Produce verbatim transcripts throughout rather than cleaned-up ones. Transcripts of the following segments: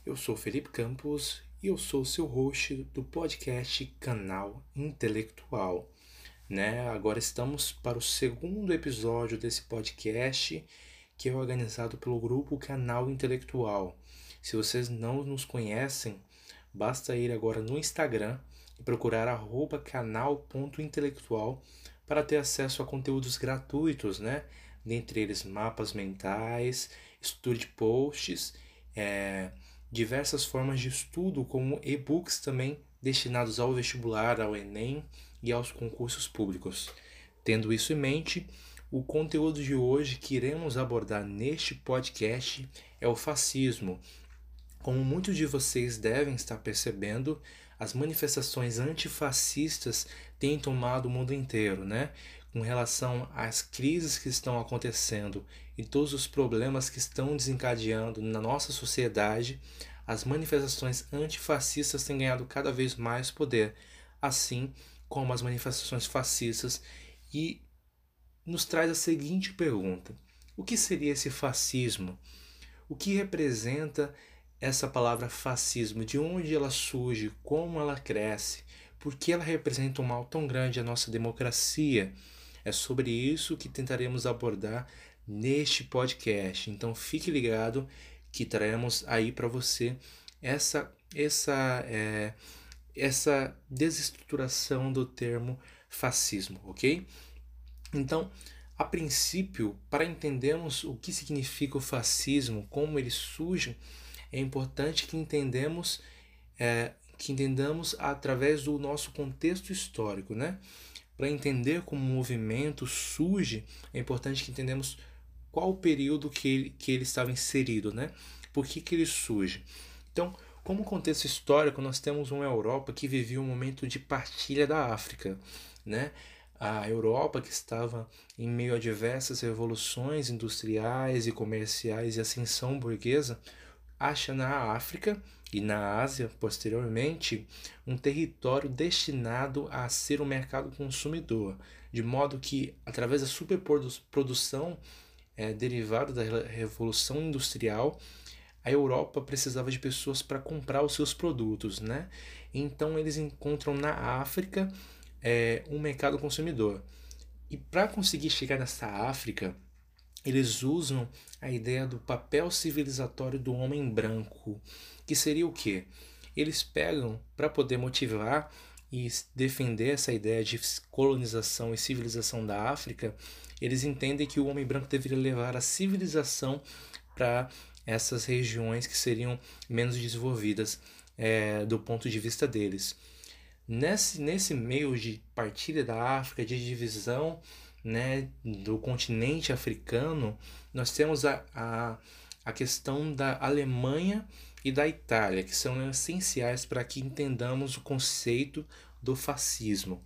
Eu sou Felipe Campos e eu sou seu host do podcast Canal Intelectual, né? Agora estamos para o segundo episódio desse podcast, que é organizado pelo grupo Canal Intelectual. Se vocês não nos conhecem, basta ir agora no Instagram e procurar arroba canal.intelectual para ter acesso a conteúdos gratuitos, né? Dentre eles mapas mentais, estudo de posts, é, diversas formas de estudo, como e-books também destinados ao vestibular, ao Enem e aos concursos públicos. Tendo isso em mente, o conteúdo de hoje que iremos abordar neste podcast é o fascismo. Como muitos de vocês devem estar percebendo, as manifestações antifascistas têm tomado o mundo inteiro, né? Com relação às crises que estão acontecendo e todos os problemas que estão desencadeando na nossa sociedade, as manifestações antifascistas têm ganhado cada vez mais poder, assim como as manifestações fascistas, e nos traz a seguinte pergunta: o que seria esse fascismo? O que representa essa palavra fascismo? De onde ela surge? Como ela cresce? Por que ela representa um mal tão grande à nossa democracia? É sobre isso que tentaremos abordar neste podcast. Então fique ligado que traremos aí para você essa essa é, essa desestruturação do termo fascismo, ok? Então, a princípio, para entendermos o que significa o fascismo, como ele surge, é importante que entendemos é, que entendamos através do nosso contexto histórico, né? Para entender como o movimento surge, é importante que entendamos qual o período que ele, que ele estava inserido, né? Por que, que ele surge? Então, como contexto histórico, nós temos uma Europa que vivia um momento de partilha da África, né? A Europa, que estava em meio a diversas revoluções industriais e comerciais e ascensão burguesa, acha na África e na Ásia, posteriormente, um território destinado a ser um mercado consumidor, de modo que, através da superprodução é, derivada da Revolução Industrial, a Europa precisava de pessoas para comprar os seus produtos, né? Então eles encontram na África é, um mercado consumidor. E para conseguir chegar nessa África, eles usam a ideia do papel civilizatório do homem branco, que seria o quê? Eles pegam, para poder motivar e defender essa ideia de colonização e civilização da África, eles entendem que o homem branco deveria levar a civilização para essas regiões que seriam menos desenvolvidas é, do ponto de vista deles. Nesse, nesse meio de partilha da África, de divisão, né, do continente africano, nós temos a, a, a questão da Alemanha e da Itália, que são essenciais para que entendamos o conceito do fascismo.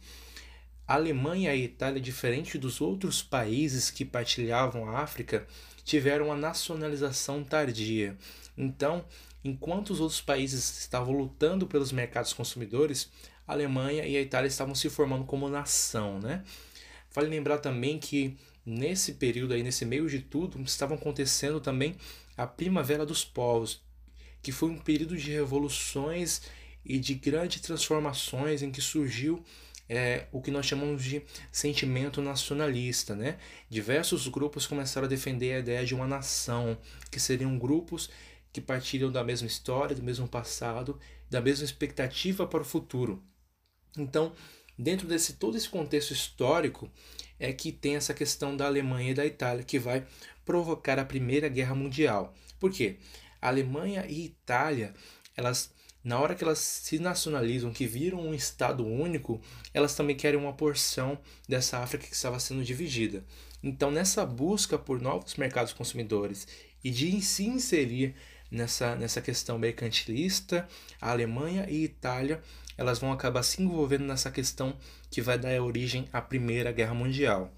A Alemanha e a Itália, diferente dos outros países que partilhavam a África, tiveram a nacionalização tardia. Então, enquanto os outros países estavam lutando pelos mercados consumidores, a Alemanha e a Itália estavam se formando como nação, né? Vale lembrar também que nesse período aí, nesse meio de tudo, estavam acontecendo também a Primavera dos Povos, que foi um período de revoluções e de grandes transformações em que surgiu é, o que nós chamamos de sentimento nacionalista, né? Diversos grupos começaram a defender a ideia de uma nação, que seriam grupos que partilham da mesma história, do mesmo passado, da mesma expectativa para o futuro. Então, dentro desse todo esse contexto histórico, é que tem essa questão da Alemanha e da Itália, que vai provocar a Primeira Guerra Mundial. Por quê? A Alemanha e a Itália, elas, na hora que elas se nacionalizam, que viram um Estado único, elas também querem uma porção dessa África que estava sendo dividida. Então, nessa busca por novos mercados consumidores e de se inserir nessa, nessa questão mercantilista, a Alemanha e a Itália, elas vão acabar se envolvendo nessa questão que vai dar origem à Primeira Guerra Mundial.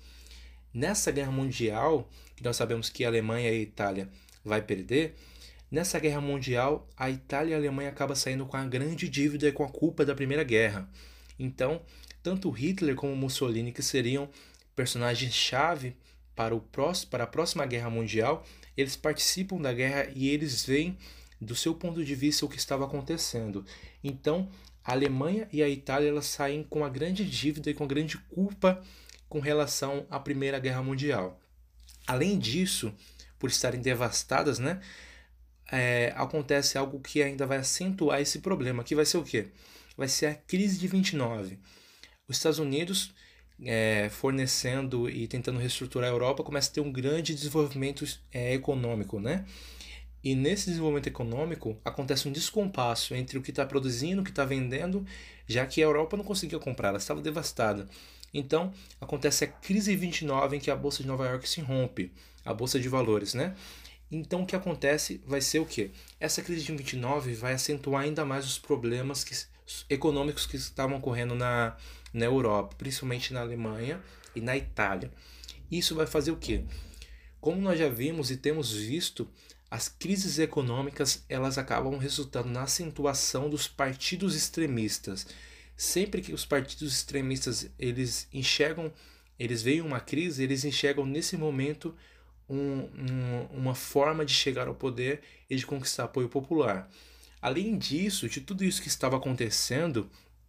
Nessa Guerra Mundial, que nós sabemos que a Alemanha e a Itália vai perder, nessa Guerra Mundial, a Itália e a Alemanha acabam saindo com a grande dívida e com a culpa da Primeira Guerra. Então, tanto Hitler como Mussolini, que seriam personagens-chave para, o próximo, para a próxima Guerra Mundial, eles participam da guerra e eles veem do seu ponto de vista, o que estava acontecendo. Então, a Alemanha e a Itália elas saem com a grande dívida e com a grande culpa com relação à Primeira Guerra Mundial. Além disso, por estarem devastadas, né, é, acontece algo que ainda vai acentuar esse problema, que vai ser o quê? Vai ser a crise de vinte e nove. Os Estados Unidos, é, fornecendo e tentando reestruturar a Europa, começa a ter um grande desenvolvimento é, econômico, né? E nesse desenvolvimento econômico acontece um descompasso entre o que está produzindo, o que está vendendo, já que a Europa não conseguia comprar, ela estava devastada. Então acontece a crise vinte e nove, em que a Bolsa de Nova York se rompe, a Bolsa de Valores, né? Então o que acontece vai ser o quê? Essa crise de vinte e nove vai acentuar ainda mais os problemas que, econômicos que estavam ocorrendo na, na Europa, principalmente na Alemanha e na Itália. Isso vai fazer o quê? Como nós já vimos e temos visto, as crises econômicas elas acabam resultando na acentuação dos partidos extremistas. Sempre que os partidos extremistas eles enxergam, eles veem uma crise, eles enxergam nesse momento um, um, uma forma de chegar ao poder e de conquistar apoio popular. Além disso, de tudo isso que estava acontecendo,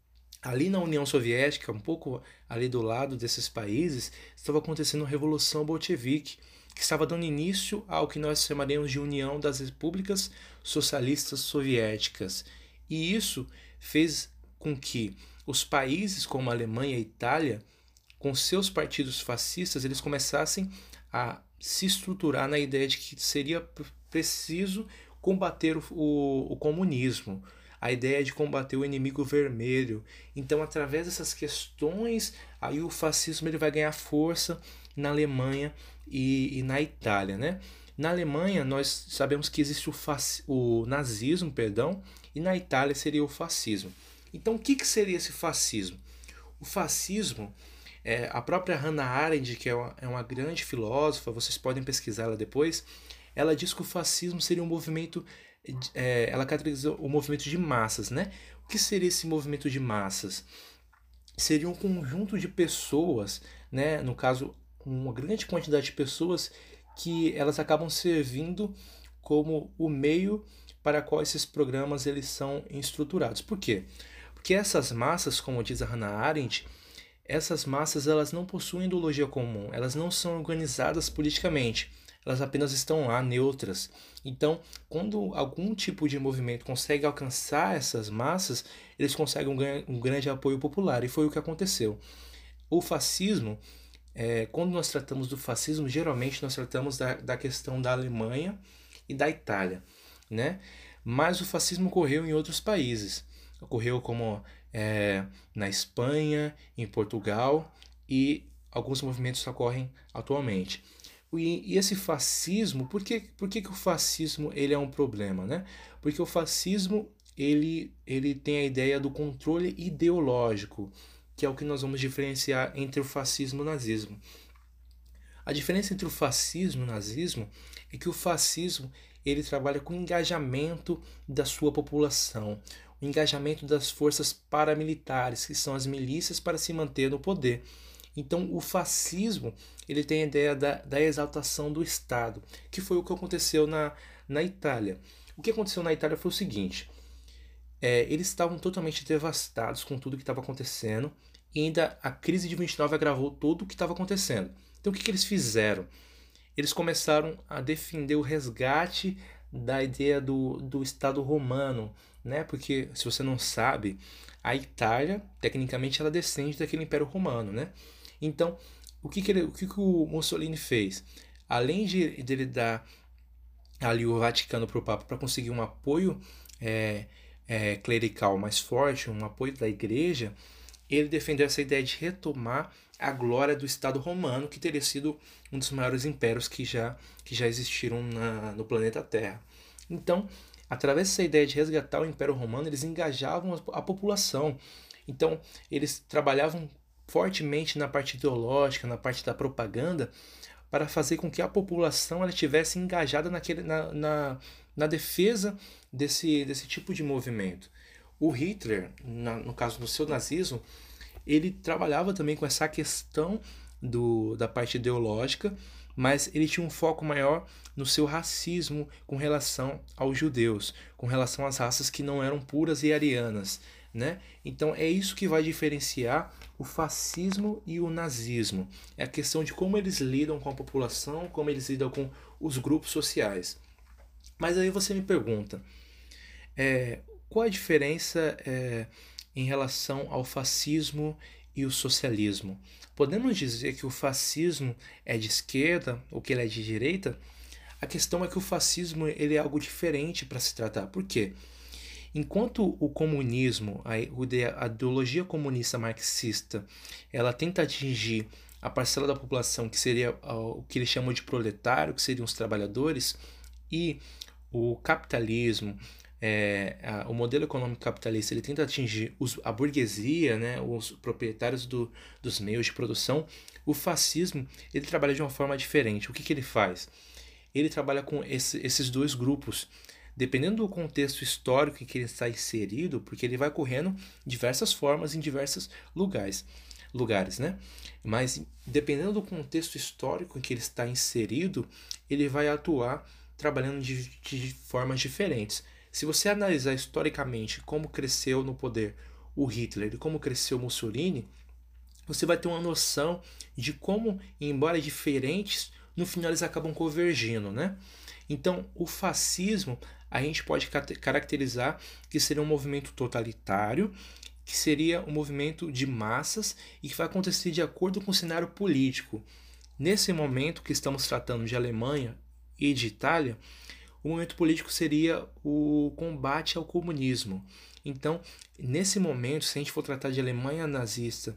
ali na União Soviética, um pouco ali do lado desses países, estava acontecendo a Revolução Bolchevique, que estava dando início ao que nós chamaríamos de União das Repúblicas Socialistas Soviéticas. E isso fez com que os países como a Alemanha e a Itália, com seus partidos fascistas, eles começassem a se estruturar na ideia de que seria preciso combater o, o, o comunismo, a ideia de combater o inimigo vermelho. Então, através dessas questões, aí o fascismo ele vai ganhar força na Alemanha e, e na Itália, né? Na Alemanha, nós sabemos que existe o, fasc... o nazismo, perdão, e na Itália seria o fascismo. Então, o que, que seria esse fascismo? O fascismo, é, a própria Hannah Arendt, que é uma, é uma grande filósofa, vocês podem pesquisar ela depois, ela diz que o fascismo seria um movimento, é, ela caracteriza o movimento de massas, né? O que seria esse movimento de massas? Seria um conjunto de pessoas, né? No caso, uma grande quantidade de pessoas que elas acabam servindo como o meio para qual esses programas eles são estruturados. Por quê? Porque essas massas, como diz a Hannah Arendt, essas massas elas não possuem ideologia comum, elas não são organizadas politicamente, elas apenas estão lá neutras. Então, quando algum tipo de movimento consegue alcançar essas massas, eles conseguem um, um grande apoio popular, e foi o que aconteceu. O fascismo, é, quando nós tratamos do fascismo, geralmente nós tratamos da, da questão da Alemanha e da Itália, né? Mas o fascismo ocorreu em outros países. Ocorreu como é, na Espanha, em Portugal, e alguns movimentos ocorrem atualmente. E, e esse fascismo, por que, por que, que o fascismo ele é um problema, né? Porque o fascismo ele, ele tem a ideia do controle ideológico, que é o que nós vamos diferenciar entre o fascismo e o nazismo. A diferença entre o fascismo e o nazismo é que o fascismo ele trabalha com o engajamento da sua população, o engajamento das forças paramilitares, que são as milícias, para se manter no poder. Então, o fascismo ele tem a ideia da, da exaltação do Estado, que foi o que aconteceu na, na Itália. O que aconteceu na Itália foi o seguinte, é, eles estavam totalmente devastados com tudo que estava acontecendo, e ainda a crise de vinte e nove agravou tudo o que estava acontecendo. Então, o que, que eles fizeram? Eles começaram a defender o resgate da ideia do, do Estado romano, né? Porque, se você não sabe, a Itália, tecnicamente, ela descende daquele Império Romano, né? Então, o que, que, ele, o, que, que o Mussolini fez? Além de, de ele dar ali o Vaticano para o Papa para conseguir um apoio é, é, clerical mais forte, um apoio da Igreja, ele defendeu essa ideia de retomar a glória do Estado romano, que teria sido um dos maiores impérios que já, que já existiram na, no planeta Terra. Então, através dessa ideia de resgatar o Império Romano, eles engajavam a, a população. Então, eles trabalhavam fortemente na parte ideológica, na parte da propaganda, para fazer com que a população ela estivesse engajada naquele, na, na, na defesa desse, desse tipo de movimento. O Hitler, na, no caso do seu nazismo, ele trabalhava também com essa questão do, da parte ideológica, mas ele tinha um foco maior no seu racismo com relação aos judeus, com relação às raças que não eram puras e arianas, né? Então é isso que vai diferenciar o fascismo e o nazismo. É a questão de como eles lidam com a população, como eles lidam com os grupos sociais. Mas aí você me pergunta, é, qual a diferença é, em relação ao fascismo e o socialismo? Podemos dizer que o fascismo é de esquerda ou que ele é de direita? A questão é que o fascismo ele é algo diferente para se tratar. Por quê? Enquanto o comunismo, a ideologia comunista marxista, ela tenta atingir a parcela da população que seria o que eles chamam de proletário, que seriam os trabalhadores, e o capitalismo, é, a, o modelo econômico capitalista, ele tenta atingir os, a burguesia, né, os proprietários do, dos meios de produção. O fascismo ele trabalha de uma forma diferente. O que, que ele faz? Ele trabalha com esse, esses dois grupos, dependendo do contexto histórico em que ele está inserido, porque ele vai correndo diversas formas em diversos lugares, lugares, né? Mas dependendo do contexto histórico em que ele está inserido, ele vai atuar trabalhando de, de formas diferentes. Se você analisar historicamente como cresceu no poder o Hitler e como cresceu Mussolini, você vai ter uma noção de como, embora diferentes, no final eles acabam convergindo, né? Então, o fascismo a gente pode caracterizar que seria um movimento totalitário, que seria um movimento de massas e que vai acontecer de acordo com o cenário político. Nesse momento que estamos tratando de Alemanha e de Itália, o momento político seria o combate ao comunismo. Então, nesse momento, se a gente for tratar de Alemanha nazista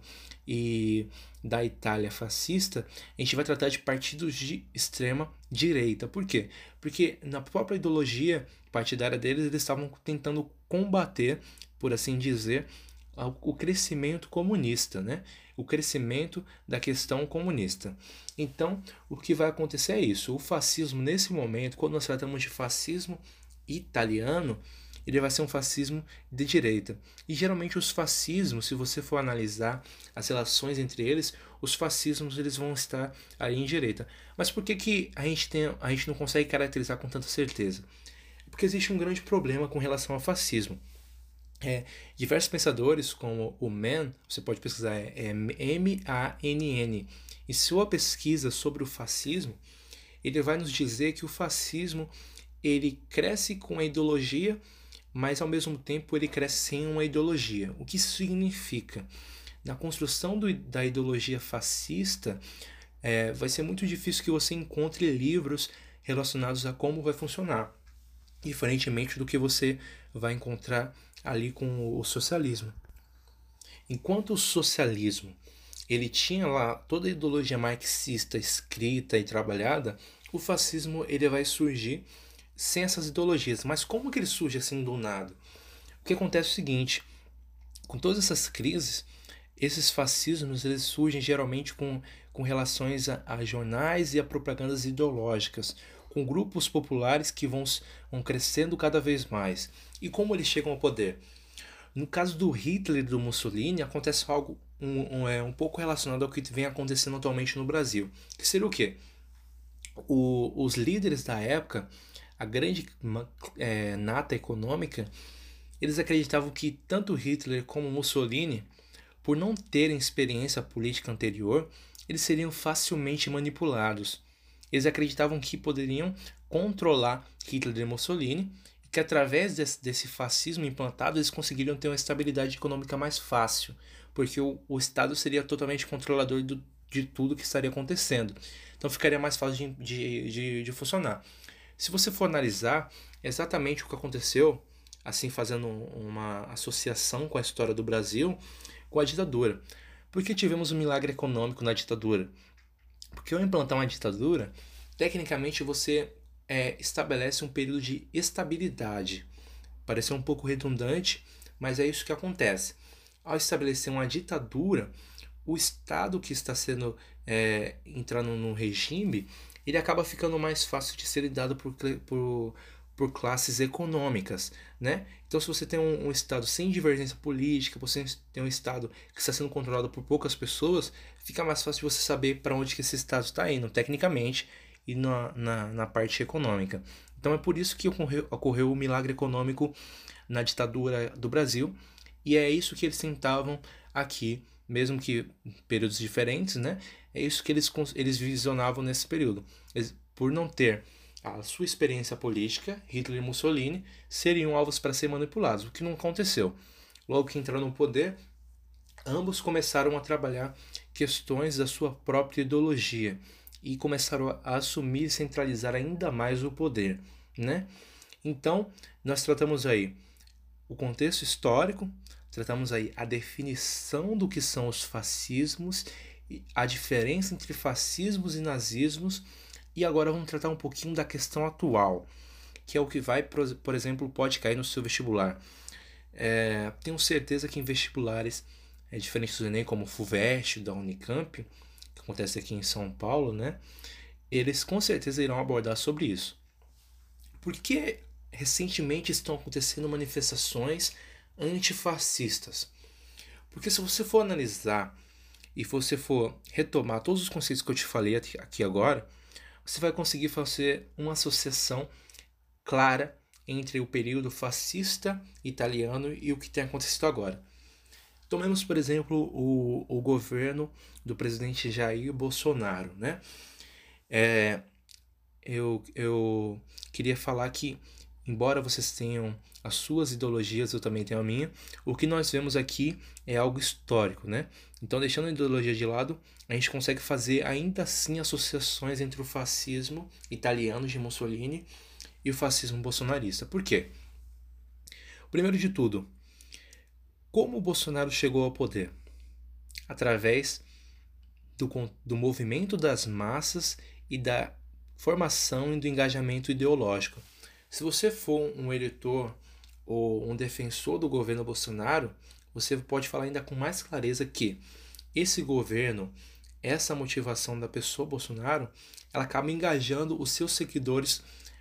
e da Itália fascista, a gente vai tratar de partidos de extrema direita. Por quê? Porque na própria ideologia partidária deles, eles estavam tentando combater, por assim dizer, o crescimento comunista, né? O crescimento da questão comunista. Então, o que vai acontecer é isso. O fascismo, nesse momento, quando nós tratamos de fascismo italiano, ele vai ser um fascismo de direita. E geralmente os fascismos, se você for analisar as relações entre eles, os fascismos eles vão estar aí em direita. Mas por que, que a, gente tem, a gente não consegue caracterizar com tanta certeza? Porque existe um grande problema com relação ao fascismo. É, diversos pensadores, como o Mann, você pode pesquisar, é M A N N, em sua pesquisa sobre o fascismo, ele vai nos dizer que o fascismo ele cresce com a ideologia, mas ao mesmo tempo ele cresce sem uma ideologia. O que isso significa? Na construção do, da ideologia fascista, é, vai ser muito difícil que você encontre livros relacionados a como vai funcionar, diferentemente do que você vai encontrar ali com o socialismo. Enquanto o socialismo ele tinha lá toda a ideologia marxista escrita e trabalhada, o fascismo ele vai surgir sem essas ideologias. Mas como que ele surge assim do nada? O que acontece é o seguinte, com todas essas crises, esses fascismos eles surgem geralmente com, com relações a, a jornais e a propagandas ideológicas, com grupos populares que vão, vão crescendo cada vez mais. E como eles chegam ao poder? No caso do Hitler e do Mussolini, acontece algo um, um, é, um pouco relacionado ao que vem acontecendo atualmente no Brasil. Que seria o quê? O, os líderes da época, a grande é, nata econômica, eles acreditavam que tanto Hitler como Mussolini, por não terem experiência política anterior, eles seriam facilmente manipulados. Eles acreditavam que poderiam controlar Hitler e Mussolini e que através desse, desse fascismo implantado eles conseguiriam ter uma estabilidade econômica mais fácil, porque o, o Estado seria totalmente controlador do, de tudo que estaria acontecendo. Então ficaria mais fácil de, de, de, de funcionar. Se você for analisar exatamente o que aconteceu, assim fazendo uma associação com a história do Brasil, com a ditadura. Por que tivemos um milagre econômico na ditadura? Porque ao implantar uma ditadura, tecnicamente você é, estabelece um período de estabilidade. Parece um pouco redundante, mas é isso que acontece. Ao estabelecer uma ditadura, o Estado que está sendo é, entrando no regime, ele acaba ficando mais fácil de ser lidado por, por, por classes econômicas, né? Então, se você tem um, um Estado sem divergência política, você tem um Estado que está sendo controlado por poucas pessoas, fica mais fácil de você saber para onde que esse Estado está indo, tecnicamente, e na, na, na parte econômica. Então, é por isso que ocorreu, ocorreu o milagre econômico na ditadura do Brasil, e é isso que eles tentavam aqui, mesmo que em períodos diferentes, né? É isso que eles, eles visionavam nesse período. Eles, por não ter a sua experiência política, Hitler e Mussolini seriam alvos para ser manipulados, o que não aconteceu. Logo que entraram no poder, ambos começaram a trabalhar questões da sua própria ideologia e começaram a assumir e centralizar ainda mais o poder, né? Então, nós tratamos aí o contexto histórico, tratamos aí a definição do que são os fascismos, a diferença entre fascismos e nazismos, e agora vamos tratar um pouquinho da questão atual, que é o que vai, por exemplo, pode cair no seu vestibular. É, tenho certeza que em vestibulares é, diferentes do Enem, como o FUVEST, da Unicamp, que acontece aqui em São Paulo, né? Eles com certeza irão abordar sobre isso. Porque recentemente estão acontecendo manifestações antifascistas. Porque se você for analisar e você for retomar todos os conceitos que eu te falei aqui agora, você vai conseguir fazer uma associação clara entre o período fascista italiano e o que tem acontecido agora. Tomemos, por exemplo, o, o governo do presidente Jair Bolsonaro, né? É, eu, eu queria falar que, embora vocês tenham as suas ideologias, eu também tenho a minha, o que nós vemos aqui é algo histórico, né? Então, deixando a ideologia de lado, a gente consegue fazer ainda assim associações entre o fascismo italiano de Mussolini e o fascismo bolsonarista. Por quê? Primeiro de tudo, como o Bolsonaro chegou ao poder? Através do, do movimento das massas e da formação e do engajamento ideológico. Se você for um eleitor ou um defensor do governo Bolsonaro, você pode falar ainda com mais clareza que esse governo, essa motivação da pessoa Bolsonaro, ela acaba engajando os seus seguidores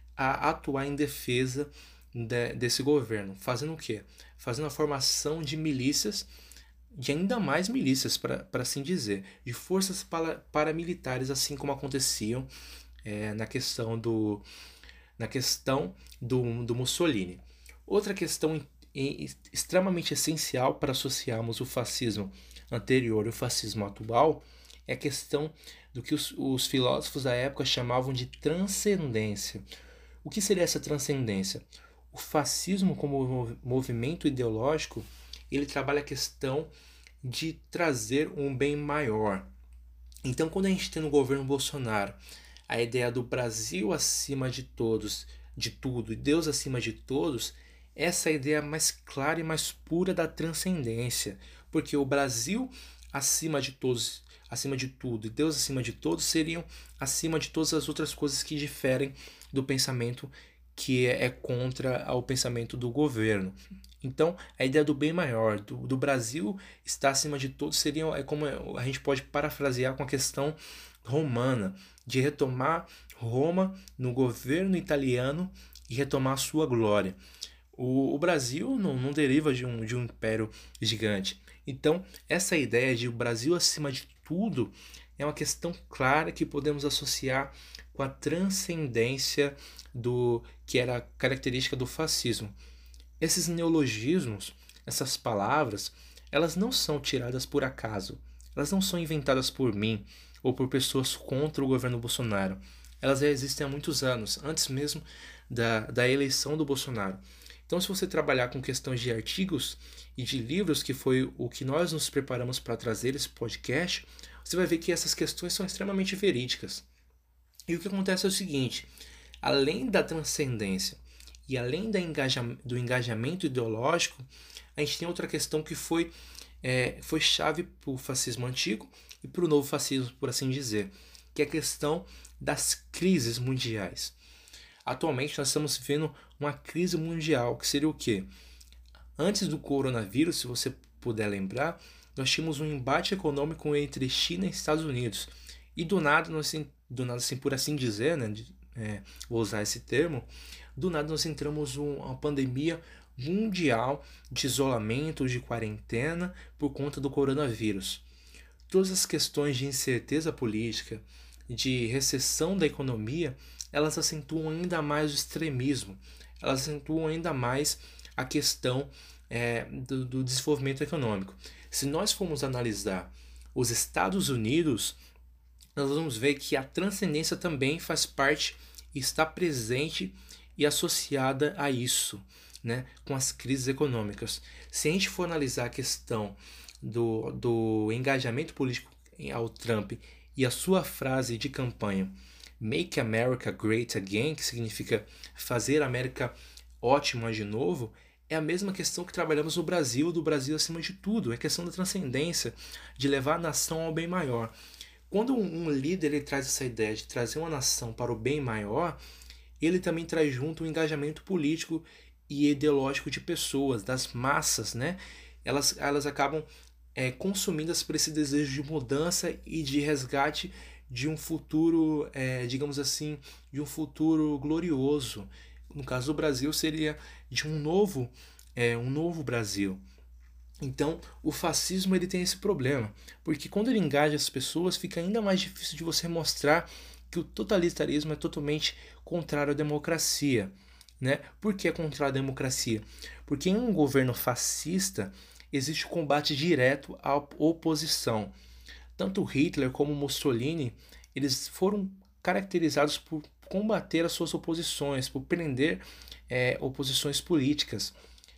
a atuar em defesa de, desse governo. Fazendo o quê? Fazendo a formação de milícias, de ainda mais milícias, para assim dizer, de forças para, paramilitares, assim como aconteciam é, na questão do, na questão do, do Mussolini. Outra questão extremamente essencial para associarmos o fascismo anterior e o fascismo atual é a questão do que os, os filósofos da época chamavam de transcendência. O que seria essa transcendência? O fascismo, como movimento ideológico, ele trabalha a questão de trazer um bem maior. Então, quando a gente tem no governo Bolsonaro a ideia do Brasil acima de todos, de tudo, e Deus acima de todos, essa é a ideia mais clara e mais pura da transcendência, porque o Brasil acima de todos, acima de tudo, e Deus acima de todos seriam acima de todas as outras coisas que diferem do pensamento que é contra o pensamento do governo. Então, a ideia do bem maior, do, do Brasil estar acima de todos, seria, é como a gente pode parafrasear com a questão romana, de retomar Roma no governo italiano e retomar a sua glória. O, o Brasil não, não deriva de um, de um império gigante. Então, essa ideia de o Brasil acima de tudo é uma questão clara que podemos associar com a transcendência do que era a característica do fascismo. Esses neologismos, essas palavras, elas não são tiradas por acaso. Elas não são inventadas por mim ou por pessoas contra o governo Bolsonaro. Elas já existem há muitos anos, antes mesmo da, da eleição do Bolsonaro. Então, se você trabalhar com questões de artigos e de livros, que foi o que nós nos preparamos para trazer esse podcast, você vai ver que essas questões são extremamente verídicas. E o que acontece é o seguinte, além da transcendência e além da engaja, do engajamento ideológico, a gente tem outra questão que foi, é, foi chave para o fascismo antigo e para o novo fascismo, por assim dizer, que é a questão das crises mundiais. Atualmente nós estamos vivendo uma crise mundial, que seria o quê? Antes do coronavírus, se você puder lembrar, nós tínhamos um embate econômico entre China e Estados Unidos. E do nada, nós, do nada assim, por assim dizer, né, de, é, vou usar esse termo, do nada nós entramos em uma pandemia mundial de isolamento, de quarentena por conta do coronavírus. Todas as questões de incerteza política, de recessão da economia, elas acentuam ainda mais o extremismo, elas acentuam ainda mais a questão é, do, do desenvolvimento econômico. Se nós formos analisar os Estados Unidos, nós vamos ver que a transcendência também faz parte, está presente e associada a isso, né, com as crises econômicas. Se a gente for analisar a questão do, do engajamento político ao Trump e a sua frase de campanha Make America Great Again, que significa fazer a América ótima de novo, é a mesma questão que trabalhamos no Brasil, do Brasil acima de tudo, é a questão da transcendência, de levar a nação ao bem maior. Quando um, um líder ele traz essa ideia de trazer uma nação para o bem maior, ele também traz junto o engajamento político e ideológico de pessoas, das massas, né? Elas, elas acabam é, consumidas por esse desejo de mudança e de resgate de um futuro, é, digamos assim, de um futuro glorioso. No caso do Brasil, seria de um novo, é, um novo Brasil. Então, o fascismo ele tem esse problema, porque quando ele engaja as pessoas, fica ainda mais difícil de você mostrar que o totalitarismo é totalmente contrário à democracia. Né? Por que é contrário à democracia? Porque em um governo fascista existe o combate direto à oposição. Tanto Hitler como Mussolini, eles foram caracterizados por combater as suas oposições, por prender é, oposições políticas.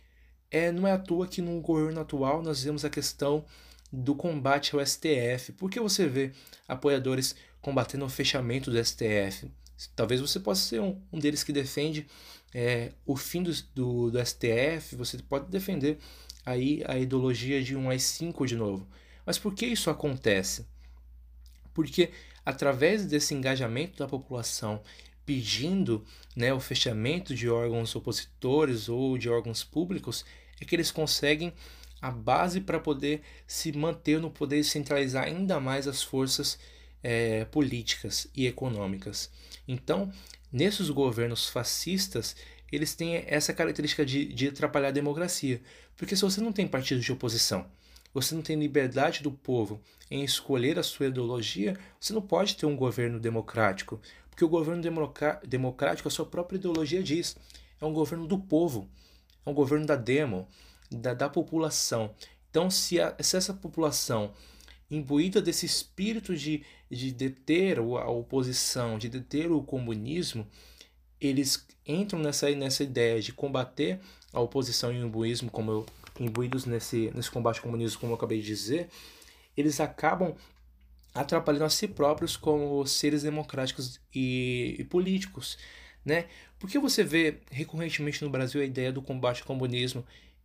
É, não é à toa que no governo atual nós vemos a questão do combate ao S T F. Por que você vê apoiadores combatendo o fechamento do S T F? Talvez você possa ser um, um deles que defende é, o fim do, do, do S T F, você pode defender aí a ideologia de um A I cinco de novo. Mas por que isso acontece? Porque através desse engajamento da população pedindo, né, o fechamento de órgãos opositores ou de órgãos públicos, é que eles conseguem a base para poder se manter no poder e centralizar ainda mais as forças é, políticas e econômicas. Então, nesses governos fascistas, eles têm essa característica de, de atrapalhar a democracia. Porque se você não tem partidos de oposição, você não tem liberdade do povo em escolher a sua ideologia, você não pode ter um governo democrático. Porque o governo democrático, a sua própria ideologia diz, é um governo do povo, é um governo da demo, da, da população. Então, se, a, se essa população, imbuída desse espírito de, de deter a oposição, de deter o comunismo, eles entram nessa, nessa ideia de combater a oposição e o imbuísmo, como eu, imbuídos nesse, nesse combate ao comunismo, como eu acabei de dizer, eles acabam atrapalhando a si próprios como seres democráticos e, e políticos, né? Por que você vê recorrentemente no Brasil a ideia do combate ao comunismo?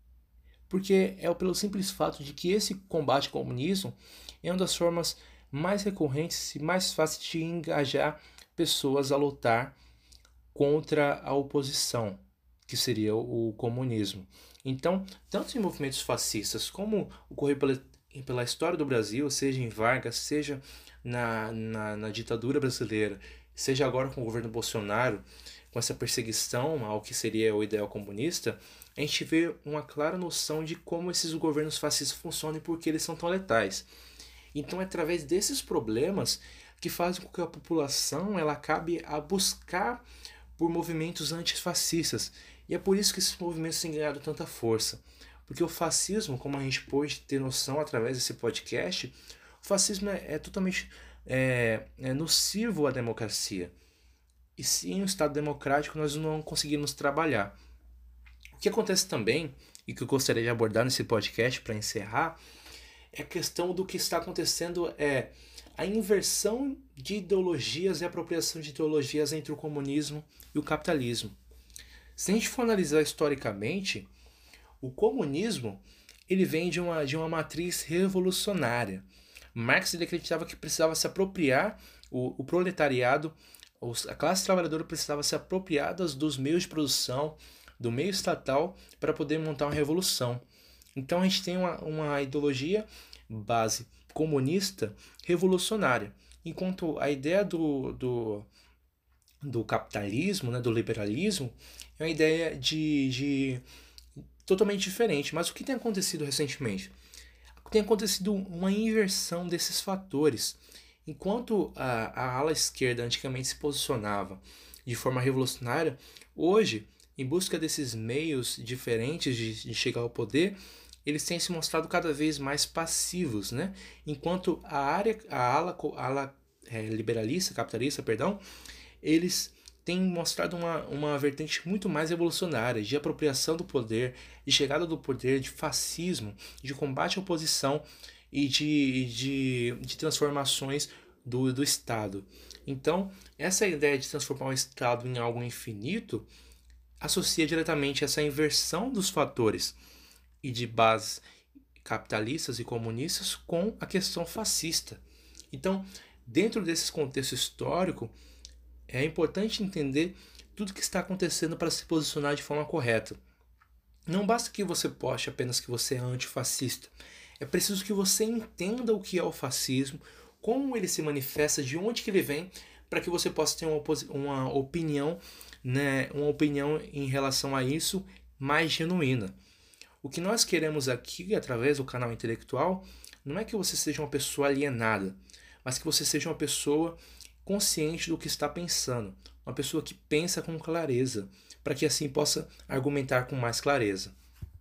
Porque é pelo simples fato de que esse combate ao comunismo é uma das formas mais recorrentes e mais fáceis de engajar pessoas a lutar contra a oposição, que seria o comunismo. Então, tanto em movimentos fascistas como ocorreu pela, pela história do Brasil, seja em Vargas, seja na, na, na ditadura brasileira, seja agora com o governo Bolsonaro, com essa perseguição ao que seria o ideal comunista, a gente vê uma clara noção de como esses governos fascistas funcionam e por que eles são tão letais. Então é através desses problemas que fazem com que a população ela acabe a buscar por movimentos antifascistas. E é por isso que esses movimentos têm ganhado tanta força. Porque o fascismo, como a gente pôde ter noção através desse podcast, o fascismo é, é totalmente é, é nocivo à democracia. E sem um Estado democrático nós não conseguimos trabalhar. O que acontece também, e que eu gostaria de abordar nesse podcast para encerrar, é a questão do que está acontecendo é a inversão de ideologias e a apropriação de ideologias entre o comunismo e o capitalismo. Se a gente for analisar historicamente, o comunismo ele vem de uma, de uma matriz revolucionária. Marx ele acreditava que precisava se apropriar, o, o proletariado, a classe trabalhadora precisava se apropriar dos meios de produção, do meio estatal, para poder montar uma revolução. Então a gente tem uma, uma ideologia base comunista revolucionária, enquanto a ideia do, do, do capitalismo, né, do liberalismo, é uma ideia de, de totalmente diferente. Mas o que tem acontecido recentemente? Tem acontecido uma inversão desses fatores. Enquanto a, a ala esquerda antigamente se posicionava de forma revolucionária, hoje, em busca desses meios diferentes de, de chegar ao poder, eles têm se mostrado cada vez mais passivos, né? Enquanto a área, a ala, a ala é, liberalista, capitalista, perdão, eles têm mostrado uma, uma vertente muito mais revolucionária de apropriação do poder, de chegada do poder, de fascismo, de combate à oposição e de, de, de transformações do, do Estado. Então, essa ideia de transformar o Estado em algo infinito associa diretamente essa inversão dos fatores e de bases capitalistas e comunistas com a questão fascista. Então, dentro desse contexto histórico, é importante entender tudo o que está acontecendo para se posicionar de forma correta. Não basta que você poste apenas que você é antifascista. É preciso que você entenda o que é o fascismo, como ele se manifesta, de onde que ele vem, para que você possa ter uma, uma opinião, né, uma opinião em relação a isso mais genuína. O que nós queremos aqui, através do canal intelectual, não é que você seja uma pessoa alienada, mas que você seja uma pessoa consciente do que está pensando, uma pessoa que pensa com clareza, para que assim possa argumentar com mais clareza.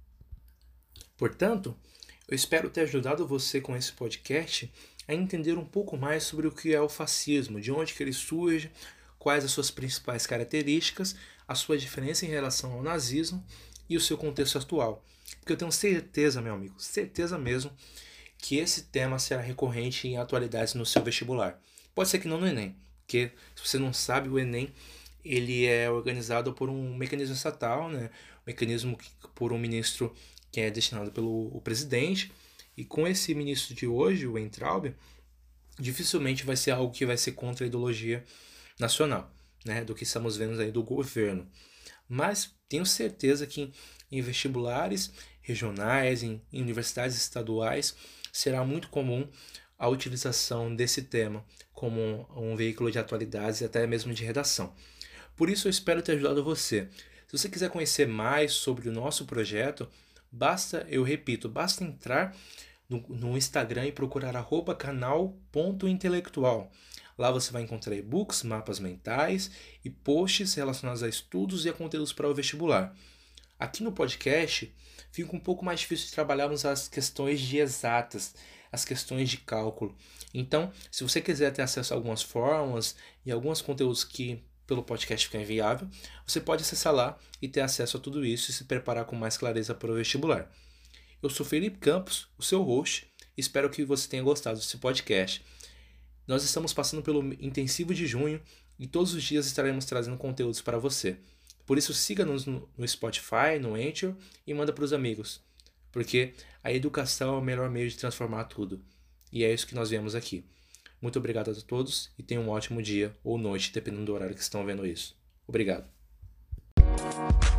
Portanto, eu espero ter ajudado você com esse podcast a entender um pouco mais sobre o que é o fascismo, de onde que ele surge, quais as suas principais características, a sua diferença em relação ao nazismo e o seu contexto atual. Porque eu tenho certeza, meu amigo, certeza mesmo, que esse tema será recorrente em atualidades no seu vestibular. Pode ser que não no Enem, porque se você não sabe, o Enem ele é organizado por um mecanismo estatal, né? Um mecanismo que, por um ministro que é destinado pelo o presidente, e com esse ministro de hoje, o Weintraub, dificilmente vai ser algo que vai ser contra a ideologia nacional, né? Do que estamos vendo aí do governo. Mas tenho certeza que em vestibulares regionais, em, em universidades estaduais, será muito comum a utilização desse tema como um, um veículo de atualidades e até mesmo de redação. Por isso eu espero ter ajudado você. Se você quiser conhecer mais sobre o nosso projeto, basta, eu repito, basta entrar no, no Instagram e procurar arroba canal ponto intelectual. Lá você vai encontrar e-books, mapas mentais e posts relacionados a estudos e a conteúdos para o vestibular. Aqui no podcast fica um pouco mais difícil de trabalharmos as questões de exatas, as questões de cálculo. Então, se você quiser ter acesso a algumas fórmulas e alguns conteúdos que pelo podcast fica inviável, você pode acessar lá e ter acesso a tudo isso e se preparar com mais clareza para o vestibular. Eu sou Felipe Campos, o seu host, e espero que você tenha gostado desse podcast. Nós estamos passando pelo intensivo de junho e todos os dias estaremos trazendo conteúdos para você. Por isso siga-nos no Spotify, no Anchor e manda para os amigos, porque a educação é o melhor meio de transformar tudo. E é isso que nós vemos aqui. Muito obrigado a todos e tenham um ótimo dia ou noite, dependendo do horário que estão vendo isso. Obrigado.